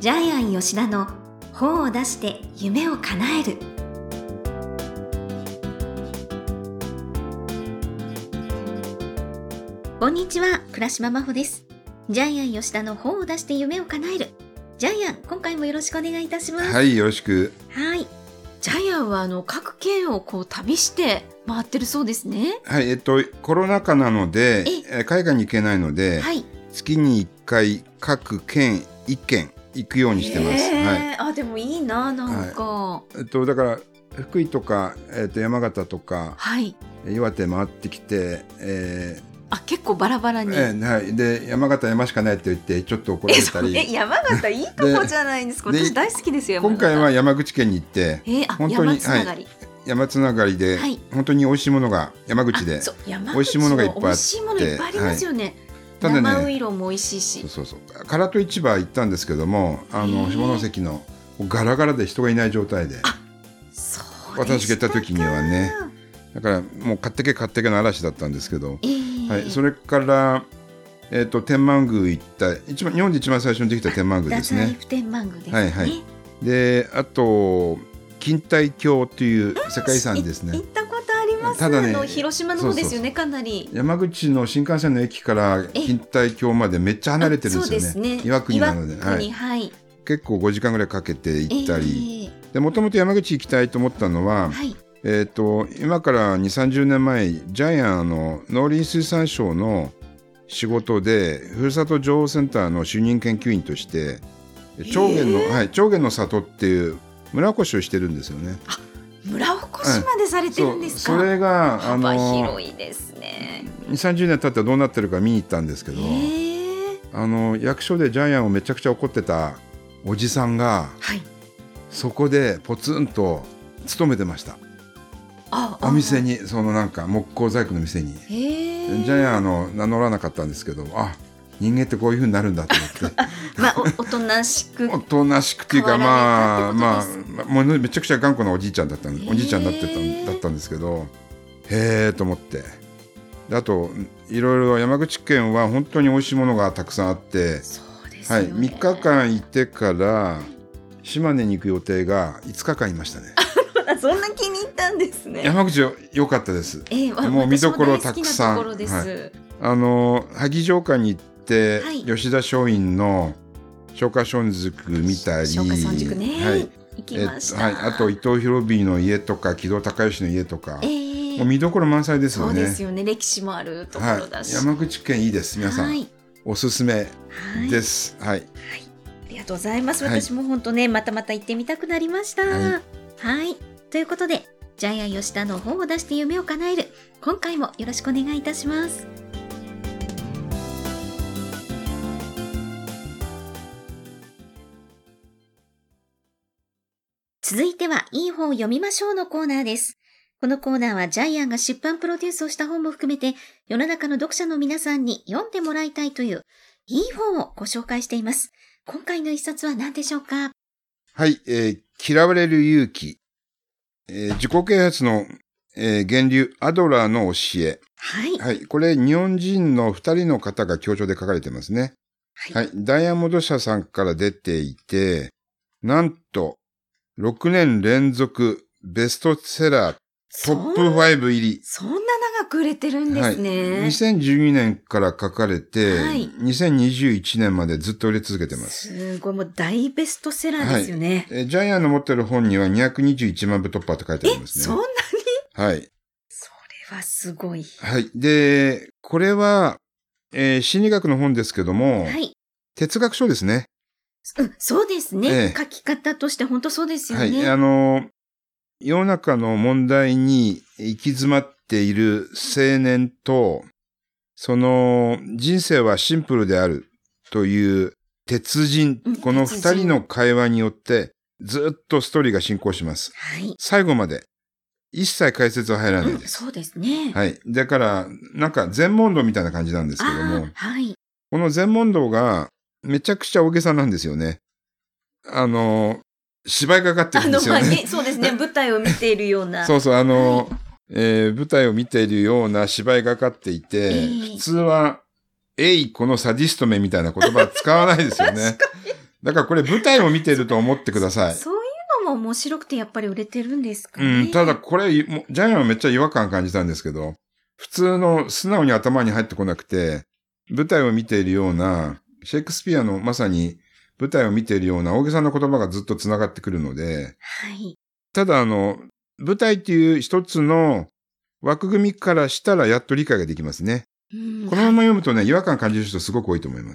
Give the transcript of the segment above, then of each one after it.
ジャイアン吉田の本を出して夢を叶える。こんにちは、倉島真帆です。ジャイアン吉田の本を出して夢を叶える。ジャイアン、今回もよろしくお願いいたします。 はい、よろしく。 はい。 ジャイアンは各県を旅して回ってるそうですね。 はい、コロナ禍なので海外に行けないので、 はい、 月に1回各県1県行くようにしてます。はい、 でもいいな、なんか、 はい、だから福井とか、山形とか、 はい、 岩手回ってきて、 結構バラバラに、 はい、で山形山しかないって言ってちょっと怒られたり。 山形いいとこじゃないんですか。私大好きですよ。 今回は山口県に行って、 本当に山つながり、 山つながりで、本当に美味しいものが山口で美味しいものがいっぱいあって、 美味しいものいっぱいありますよね。ただね、生ウイロンも美味しいし。 そう唐戸市場行ったんですけども、下関のガラガラで人がいない状態で、私が行った時にはね、だからもう買ってけの嵐だったんですけど、はい、それから、天満宮行った、日本で一番最初にできた天満宮ですね。 太宰府天満宮ですね。 はいはい。で、あと錦帯橋という世界遺産ですね。 行ったことあります。 ただね、 広島の方ですよね。かなり山口の新幹線の駅から錦帯橋までめっちゃ離れてるんですよね。 そうですね。 岩国なので、 はい、 結構5時間ぐらいかけて行ったり、でもともと山口行きたいと思ったのは、今から2、30年前、ジャイアン農林水産省の仕事でふるさと情報センターの主任研究員として長源の里っていう村おこしをしてるんですよね。 村おこしまでされてるんですか。 それが幅広いですね。 2、30年経ってどうなってるか見に行ったんですけど、役所でジャイアンをめちゃくちゃ怒ってたおじさんが、そこでポツンと勤めてました。お店に、なんか木工細工の店に。ジャイアン名乗らなかったんですけど、人間ってこういう風になるんだと思っておとなしくっていうか、もうめちゃくちゃ頑固なおじいちゃんだったんですけど、へーと思って。あといろいろ山口県は本当に美味しいものがたくさんあって、 そうですよね。 3日間いてから島根に行く予定が5日間いましたね。 そんな気に入ったんですね。 山口良かったです。もう見どころたくさん。萩城下に行って、吉田松陰の松下村塾見たり、 松下村塾ね、行きました。 あと伊藤博文の家とか木戸孝允の家とか、もう見どころ満載ですよね。 そうですよね。歴史もあるところだし、 山口県いいです。皆さん、おすすめです。 ありがとうございます。私も本当ね、また行ってみたくなりました。ということで、ジャイアン吉田の本を出して夢を叶える、今回もよろしくお願いいたします。続いては、いい本を読みましょうのコーナーです。このコーナーはジャイアンが出版プロデュースをした本も含めて、世の中の読者の皆さんに読んでもらいたいといういい本をご紹介しています。今回の一冊は何でしょうか。 はい、嫌われる勇気。自己啓発の、源流アドラーの教え。これ日本人の2人の方が協調で書かれてますね。ダイヤモンド社さんから出ていて、なんと6年連続ベストセラートップ5入り。 そんな長く売れてるんですね。 2012年から書かれて、2021年までずっと売れ続けてます。 すごい、もう大ベストセラーですよね。 ジャイアンの持ってる本には221万部突破って書いてありますね。 そんなに？それはすごい。 で、これは、心理学の本ですけども、哲学書ですね。 そうですね。書き方として本当そうですよね。 世の中の問題に行き詰まっている青年と、その人生はシンプルであるという鉄人、この二人の会話によってずっとストーリーが進行します。最後まで一切解説は入らないです。 そうですね。 だからなんか禅問答みたいな感じなんですけども、この禅問答がめちゃくちゃ大げさなんですよね。芝居がかってるんですよね。 そうですね。舞台を見ているような。 舞台を見ているような芝居がかっていて、普通は、このサディストめみたいな言葉は使わないですよね。 だからこれ舞台を見てると思ってください。 そういうのも面白くてやっぱり売れてるんですかね。 ただこれ、ジャイアンはめっちゃ違和感感じたんですけど、普通の素直に頭に入ってこなくて、舞台を見ているような、シェイクスピアのまさに舞台を見ているような大げさな言葉がずっと繋がってくるので、 はい。 ただ舞台っていう一つの枠組みからしたらやっと理解ができますね。このまま読むとね、違和感感じる人すごく多いと思います。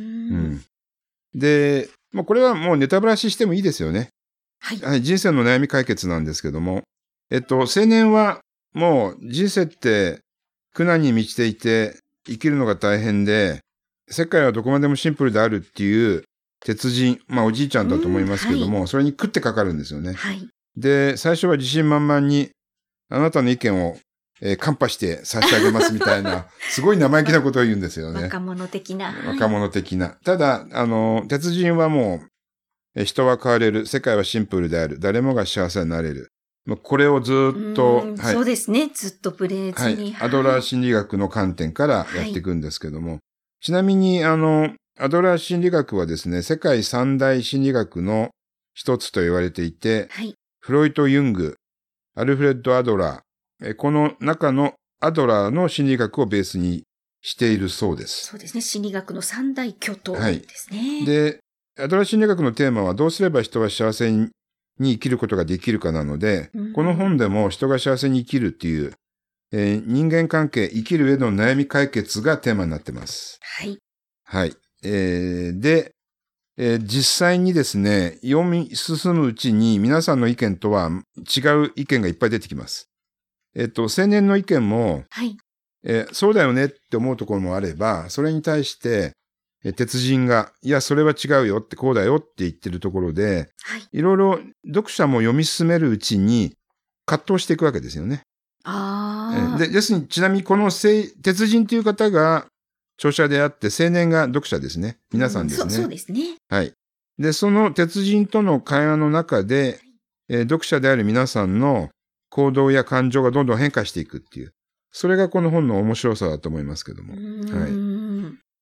で、これはもうネタバラシしてもいいですよね。 はい。 はい、人生の悩み解決なんですけども、青年はもう人生って苦難に満ちていて生きるのが大変で、世界はどこまでもシンプルであるっていう鉄人、おじいちゃんだと思いますけども、それに食ってかかるんですよね。 はい。 で、最初は自信満々にあなたの意見をカンパして差し上げますみたいな、すごい生意気なことを言うんですよね。 若者的な。 若者的な。ただ、鉄人はもう、人は変われる。世界はシンプルである。誰もが幸せになれる。これをずっと、 はい、そうですね。ずっとブレずに。 はい。アドラー心理学の観点からやっていくんですけども。ちなみに、アドラー心理学はですね、世界三大心理学の一つと言われていて、 はい、 フロイト・ユング、アルフレッド・アドラー、この中のアドラーの心理学をベースにしているそうです。 そうですね。心理学の三大巨頭ですね。 はい。で、アドラー心理学のテーマはどうすれば人は幸せに生きることができるかなので、この本でも人が幸せに生きるっていう、人間関係、生きる上の悩み解決がテーマになってます。 はい。 はい。で、実際にですね、読み進むうちに皆さんの意見とは違う意見がいっぱい出てきます。青年の意見も、 はい。 そうだよねって思うところもあれば、それに対して、鉄人が、いや、それは違うよって、こうだよって言ってるところで、 はい。 いろいろ読者も読み進めるうちに葛藤していくわけですよね。ですに、ちなみにこの鉄人という方が著者であって、青年が読者ですね。皆さんですね。 そうですね。 はい。で、その鉄人との会話の中で、読者である皆さんの行動や感情がどんどん変化していくっていう。それがこの本の面白さだと思いますけども。はい。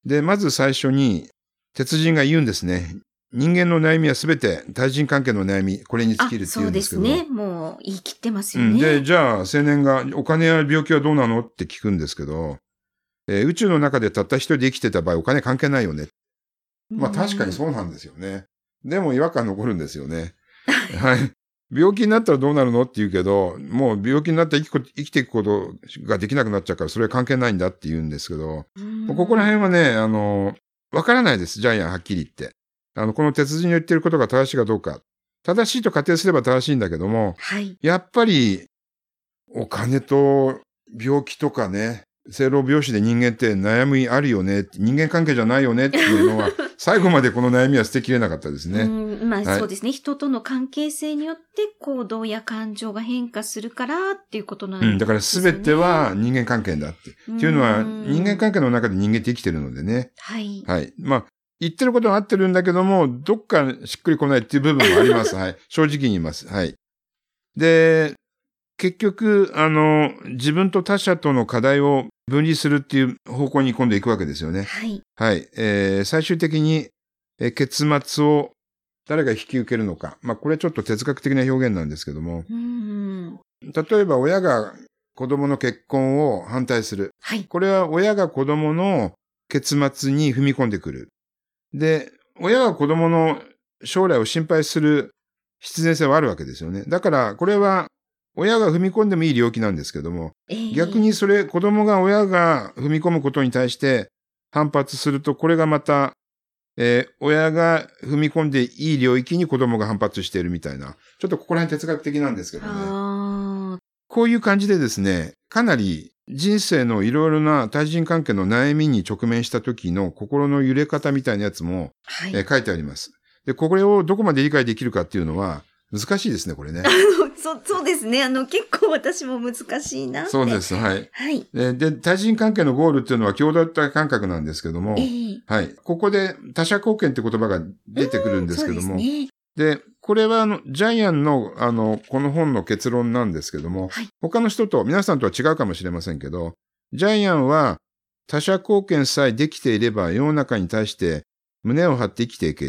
で、まず最初に、鉄人が言うんですね。人間の悩みはすべて対人関係の悩み、これに尽きるって言うんですけど。 そうですね。もう言い切ってますよね。 で、じゃあ青年がお金や病気はどうなのって聞くんですけど、宇宙の中でたった一人で生きてた場合お金関係ないよね。確かにそうなんですよね。でも違和感残るんですよね。はい。病気になったらどうなるのって言うけど、もう病気になったら生きていくことができなくなっちゃうからそれは関係ないんだって言うんですけど、ここら辺はね、わからないです、ジャイアンはっきり言って。この鉄人の言ってることが正しいかどうか。正しいと仮定すれば正しいんだけども、 はい、 やっぱり、お金と病気とかね、生老病死で人間って悩みあるよね、人間関係じゃないよねっていうのは、最後までこの悩みは捨てきれなかったですね。 そうですね。人との関係性によって行動や感情が変化するからっていうことなんですね。 だから全ては人間関係だって。っていうのは、人間関係の中で人間って生きてるのでね。 はい。 はい。言ってることは合ってるんだけども、どっかしっくりこないっていう部分もあります。はい。正直に言います。はい。で、結局、自分と他者との課題を分離するっていう方向に今度行くわけですよね。 はい。 はい。最終的に、結末を誰が引き受けるのか。これちょっと哲学的な表現なんですけども。例えば、親が子供の結婚を反対する。 はい。 これは親が子供の結末に踏み込んでくる。で、親が子供の将来を心配する必然性はあるわけですよね。だから、これは親が踏み込んでもいい領域なんですけども、逆に子供が親が踏み込むことに対して反発すると、これがまた、親が踏み込んでいい領域に子供が反発しているみたいな、ちょっとここら辺哲学的なんですけどね。こういう感じでですね、かなり人生のいろいろな対人関係の悩みに直面した時の心の揺れ方みたいなやつも、書いてあります。で、これをどこまで理解できるかっていうのは難しいですね、これね。 そうですね。結構私も難しいなって。 そうです、はい。 はい。 で、対人関係のゴールっていうのは共同体感覚なんですけども、はい。ここで他者貢献って言葉が出てくるんですけども、 そうですね。 で、これはジャイアンのこの本の結論なんですけども、 はい、 他の人と、皆さんとは違うかもしれませんけど、ジャイアンは他者貢献さえできていれば世の中に対して胸を張って生きていける。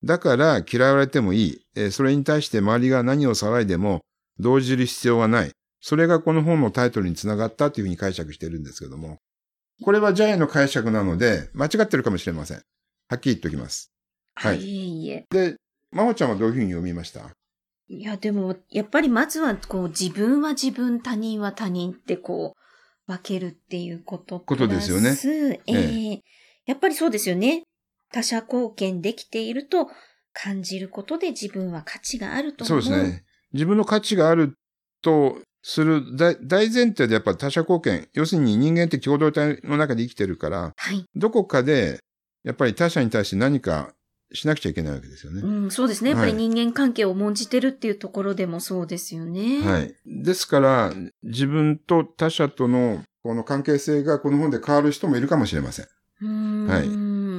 だから嫌われてもいい。それに対して周りが何を騒いでも動じる必要はない。それがこの本のタイトルにつながったというふうに解釈しているんですけども。これはジャイアンの解釈なので、間違ってるかもしれません。はっきり言っておきます。はい。 いえ。 で、真帆ちゃんはどういうふうに読みました？ いや、でも、やっぱりまずは、自分は自分、他人は他人って分けるっていうことですよね。 やっぱりそうですよね。他者貢献できていると感じることで自分は価値があると思う。 そうですね。自分の価値があるとする大前提でやっぱ他者貢献。要するに人間って共同体の中で生きてるから、 はい、 どこかでやっぱり他者に対して何かしなくちゃいけないわけですよね。 うん、そうですね。やっぱり人間関係を重んじてるっていうところでもそうですよね。 はい。ですから、自分と他者とのこの関係性がこの本で変わる人もいるかもしれません。はい。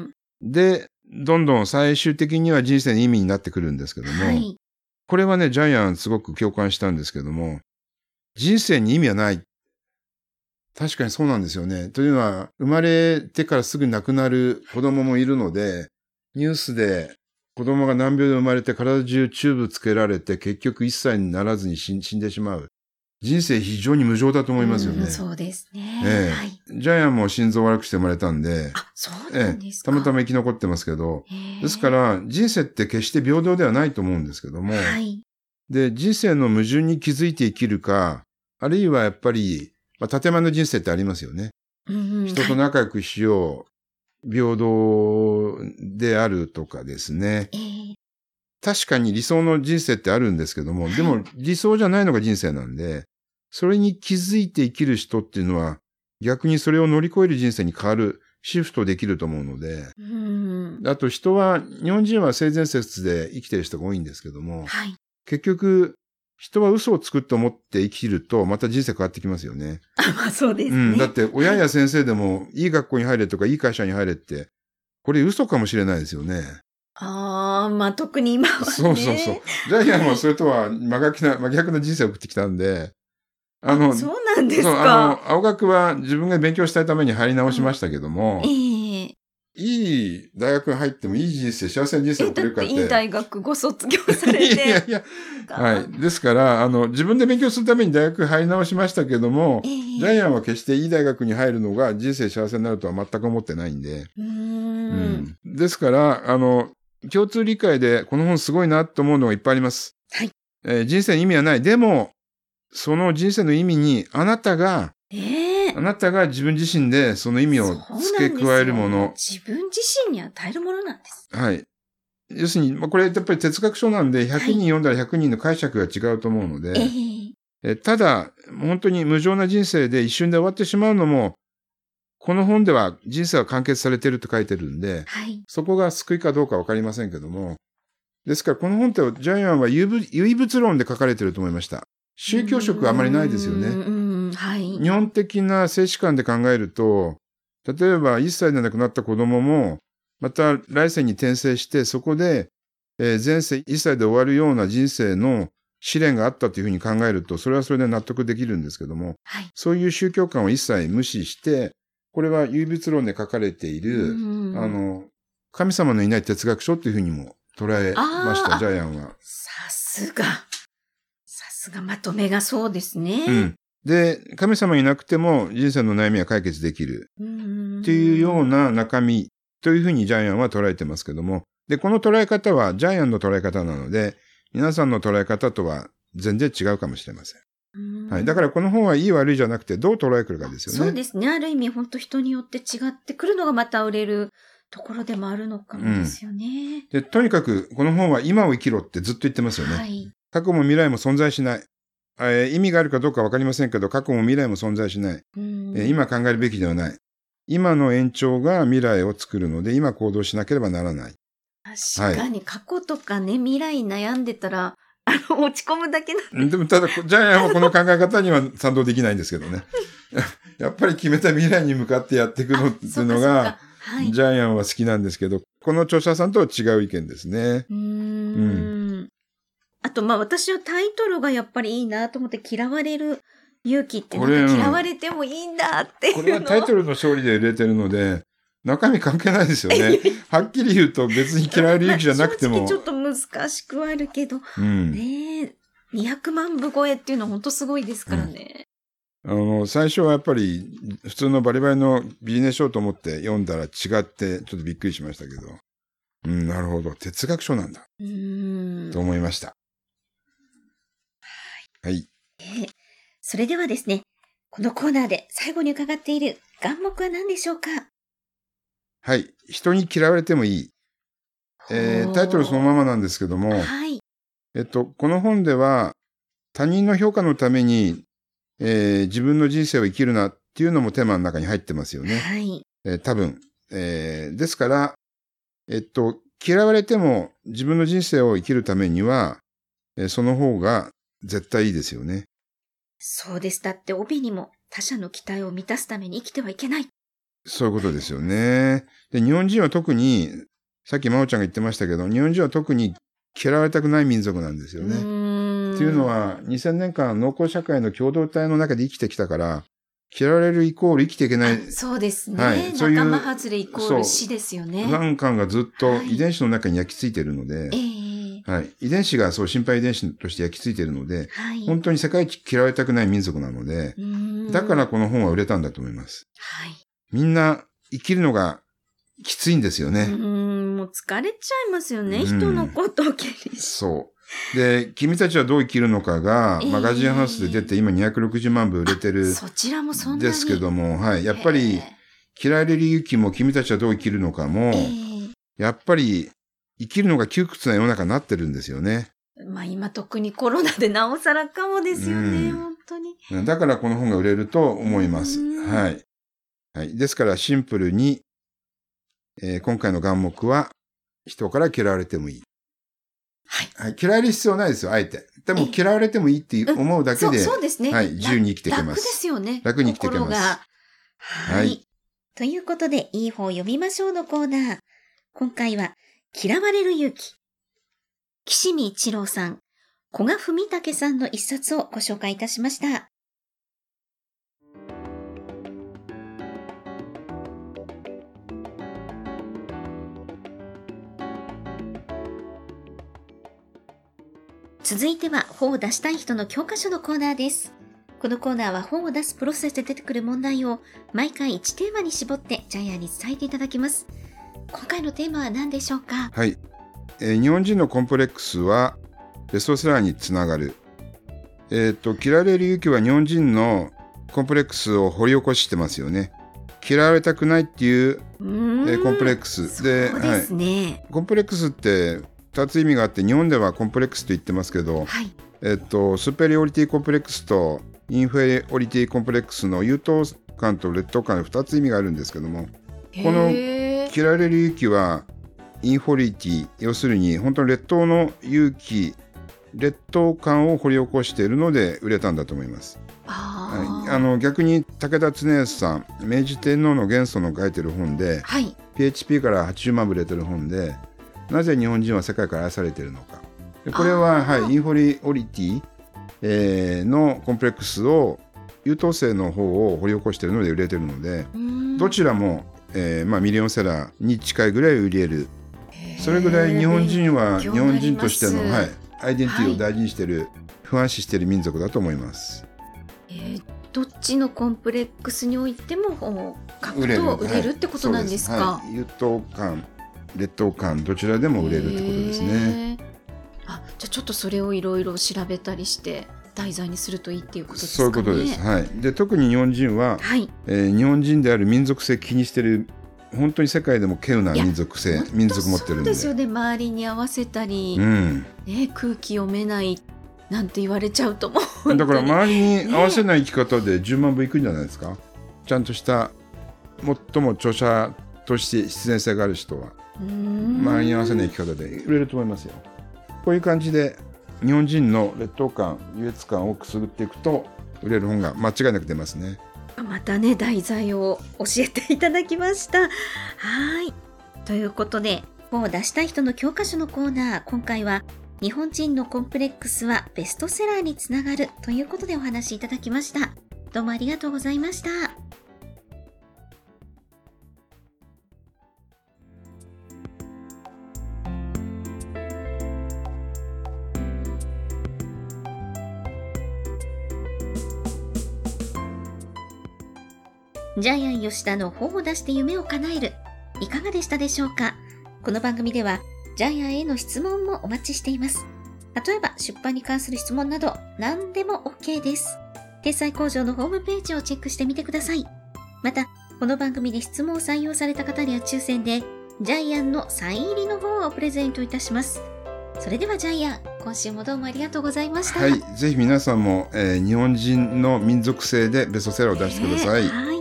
で、どんどん最終的には人生の意味になってくるんですけども、はい、これはね、ジャイアンすごく共感したんですけども、人生に意味はない。確かにそうなんですよね。というのは、生まれてからすぐ亡くなる子供もいるので、ニュースで子供が難病で生まれて体中チューブつけられて結局1歳にならずに死んでしまう。人生非常に無情だと思いますよね。 そうですね。 はい。ジャイアンも心臓悪くして生まれたんで。 あ、そうなんですか。 たまたま生き残ってますけど。ですから人生って決して平等ではないと思うんですけども。はい。で、人生の矛盾に気づいて生きるか、あるいはやっぱり、建前の人生ってありますよね。人と仲良くしよう。平等であるとかですね。確かに理想の人生ってあるんですけども、でも理想じゃないのが人生なんで、それに気づいて生きる人っていうのは、逆にそれを乗り越える人生に変わる、シフトできると思うので、あと日本人は性善説で生きてる人が多いんですけども、はい、結局、人は嘘をつくと思って生きると、また人生変わってきますよね。 まあそうですね。 だって親や先生でも、いい学校に入れとか、いい会社に入れって、これ嘘かもしれないですよね。 まあ特に今はね。 そう。ジャイアンはそれとは真逆な人生を送ってきたんで、 そうなんですか。 青学は自分が勉強したいために入り直しましたけども、いい大学に入ってもいい人生、幸せな人生を送れるかって。 いい大学ご卒業されて。 いや。はい。ですから、自分で勉強するために大学入り直しましたけども、ジャイアンは決していい大学に入るのが人生幸せになるとは全く思ってないんで。ですから、共通理解でこの本すごいなと思うのがいっぱいあります。 はい。 人生に意味はない。でも、その人生の意味にあなたが自分自身でその意味を付け加えるもの。 自分自身に与えるものなんです。 はい。要するに、これやっぱり哲学書なんで100人読んだら100人の解釈が違うと思うので、ただ、本当に無情な人生で一瞬で終わってしまうのも、この本では人生は完結されていると書いてるんで、はい、そこが救いかどうかわかりませんけども、ですからこの本ってジャイアンは唯物論で書かれていると思いました。宗教色はあまりないですよね。 はい、 日本的な生死観で考えると、例えば1歳で亡くなった子供も、また来世に転生して、そこで、前世1歳で終わるような人生の試練があったというふうに考えると、それはそれで納得できるんですけども、はい、そういう宗教観を一切無視して、これは唯物論で書かれている、神様のいない哲学書というふうにも捉えました、ジャイアンは。 さすがまとめがそうですね。 で、神様いなくても人生の悩みは解決できる。っていうような中身というふうにジャイアンは捉えてますけども。で、この捉え方はジャイアンの捉え方なので、皆さんの捉え方とは全然違うかもしれません。はい。だからこの本はいい悪いじゃなくてどう捉えるかですよね。 そうですね。ある意味本当人によって違ってくるのがまた売れるところでもあるのかもですよね。 で、とにかくこの本は今を生きろってずっと言ってますよね。はい。過去も未来も存在しない。意味があるかどうかわかりませんけど、過去も未来も存在しない。今考えるべきではない。今の延長が未来を作るので、今行動しなければならない。 確かに、過去とかね、未来悩んでたら、落ち込むだけなんでも、ただ、ジャイアンはこの考え方には賛同できないんですけどね。やっぱり決めた未来に向かってやっていくのっていうのが、ジャイアンは好きなんですけど、この著者さんとは違う意見ですね。 あと、私はタイトルがやっぱりいいなと思って、嫌われる勇気って、嫌われてもいいんだっていうの。 これはタイトルの勝利で売れてるので、 中身関係ないですよね。はっきり言うと別に嫌われる勇気じゃなくても。 正直ちょっと難しくはあるけど、ね、200万部超えっていうのは本当すごいですからね。 最初はやっぱり普通のバリバリのビジネス書と思って読んだら違ってちょっとびっくりしましたけど。なるほど。哲学書なんだ。と思いました。はい。 それではですね、このコーナーで最後に伺っている願目は何でしょうか？ はい。人に嫌われてもいい。タイトルそのままなんですけども、 はい。 この本では他人の評価のために、自分の人生を生きるなっていうのもテーマの中に入ってますよね。 はい。 多分。ですから、嫌われても自分の人生を生きるためには、その方が絶対いいですよね。 そうです。だって帯にも他者の期待を満たすために生きてはいけない。 そういうことですよね。で、日本人は特に、さっき真央ちゃんが言ってましたけど、日本人は特に嫌われたくない民族なんですよね。っていうのは、2000年間農耕社会の共同体の中で生きてきたから、嫌われるイコール生きていけない。 そうですね。はい、仲間外れイコール死ですよね。 不安感がずっと遺伝子の中に焼き付いているので、はい、遺伝子がそう心配遺伝子として焼き付いているので、はい、本当に世界一嫌われたくない民族なので、だからこの本は売れたんだと思います。 はい、 みんな生きるのがきついんですよね。 もう疲れちゃいますよね。人のことを気にして。 そう。で、君たちはどう生きるのかが、マガジンハウスで出て今260万部売れてる。 そちらもそんなにですけども、はい。やっぱり、嫌われる勇気も君たちはどう生きるのかも、やっぱり生きるのが窮屈な世の中になってるんですよね。 まあ今特にコロナでなおさらかもですよね、本当に。 だからこの本が売れると思います。はい。はい。ですからシンプルに、今回の願目は、人から嫌われてもいい。はい。嫌われる必要ないですよ、あえて。でも嫌われてもいいって思うだけで、 そうですね。 はい。自由に生きていけます。 楽ですよね。 楽に生きていけます。 はい。ということで、いい本を読みましょうのコーナー。今回は、嫌われる勇気。岸見一郎さん、古賀文武さんの一冊をご紹介いたしました。続いては、本を出したい人の教科書のコーナーです。このコーナーは本を出すプロセスで出てくる問題を毎回1テーマに絞ってジャイアンに伝えていただきます。今回のテーマは何でしょうか？ はい。日本人のコンプレックスはベストセラーにつながる。嫌われる勇気は日本人のコンプレックスを掘り起こしてますよね。嫌われたくないっていうコンプレックスで、 そうですね。 はい、コンプレックスって2つ意味があって、日本ではコンプレックスと言ってますけど、 はい、 スペリオリティコンプレックスとインフェリオリティコンプレックスの優等感と劣等感の2つ意味があるんですけども、この嫌われる勇気はインフォリティ、要するに本当に劣等の勇気、劣等感を掘り起こしているので売れたんだと思います。はい、逆に武田恒康さん、明治天皇の元祖の書いてる本で、 はい、 PHP から80万部売れてる本で、なぜ日本人は世界から愛されているのか。これは、はい、インフォリオリティ、のコンプレックスを優等生の方を掘り起こしているので売れているので、どちらも、ミリオンセラーに近いぐらい売れる。それぐらい日本人は日本人としての、はい、アイデンティティを大事にしている、不安視している民族だと思います。 どっちのコンプレックスにおいても書くと売れるってことなんですか？ 優等感、劣等感、どちらでも売れるってことですね。 じゃあちょっとそれをいろいろ調べたりして題材にするといいっていうことですかね。 そういうことです。はい。で、特に日本人は、 はい、 日本人である民族性気にしてる、本当に世界でも稀有な民族持ってるんで。 そうですよね。周りに合わせたり、空気読めないなんて言われちゃうともうだから周りに合わせない生き方で10万部いくんじゃないですか。ちゃんとした最も著者として必然性がある人は周りに合わせない生き方で売れると思いますよ。こういう感じで日本人の劣等感、優越感をくすぐっていくと売れる本が間違いなく出ますね。 またね、題材を教えていただきました。はい。ということで、本を出したい人の教科書のコーナー、今回は日本人のコンプレックスはベストセラーにつながるということでお話しいただきました。どうもありがとうございました。 ジャイアン吉田の本を出して夢を叶える。いかがでしたでしょうか？この番組ではジャイアンへの質問もお待ちしています。例えば出版に関する質問など何でも OK です。天才工場のホームページをチェックしてみてください。また、この番組で質問を採用された方には抽選でジャイアンのサイン入りの本をプレゼントいたします。それではジャイアン、今週もどうもありがとうございました。 はい、ぜひ皆さんも、日本人の民族性でベストセラーを出してください。 はい。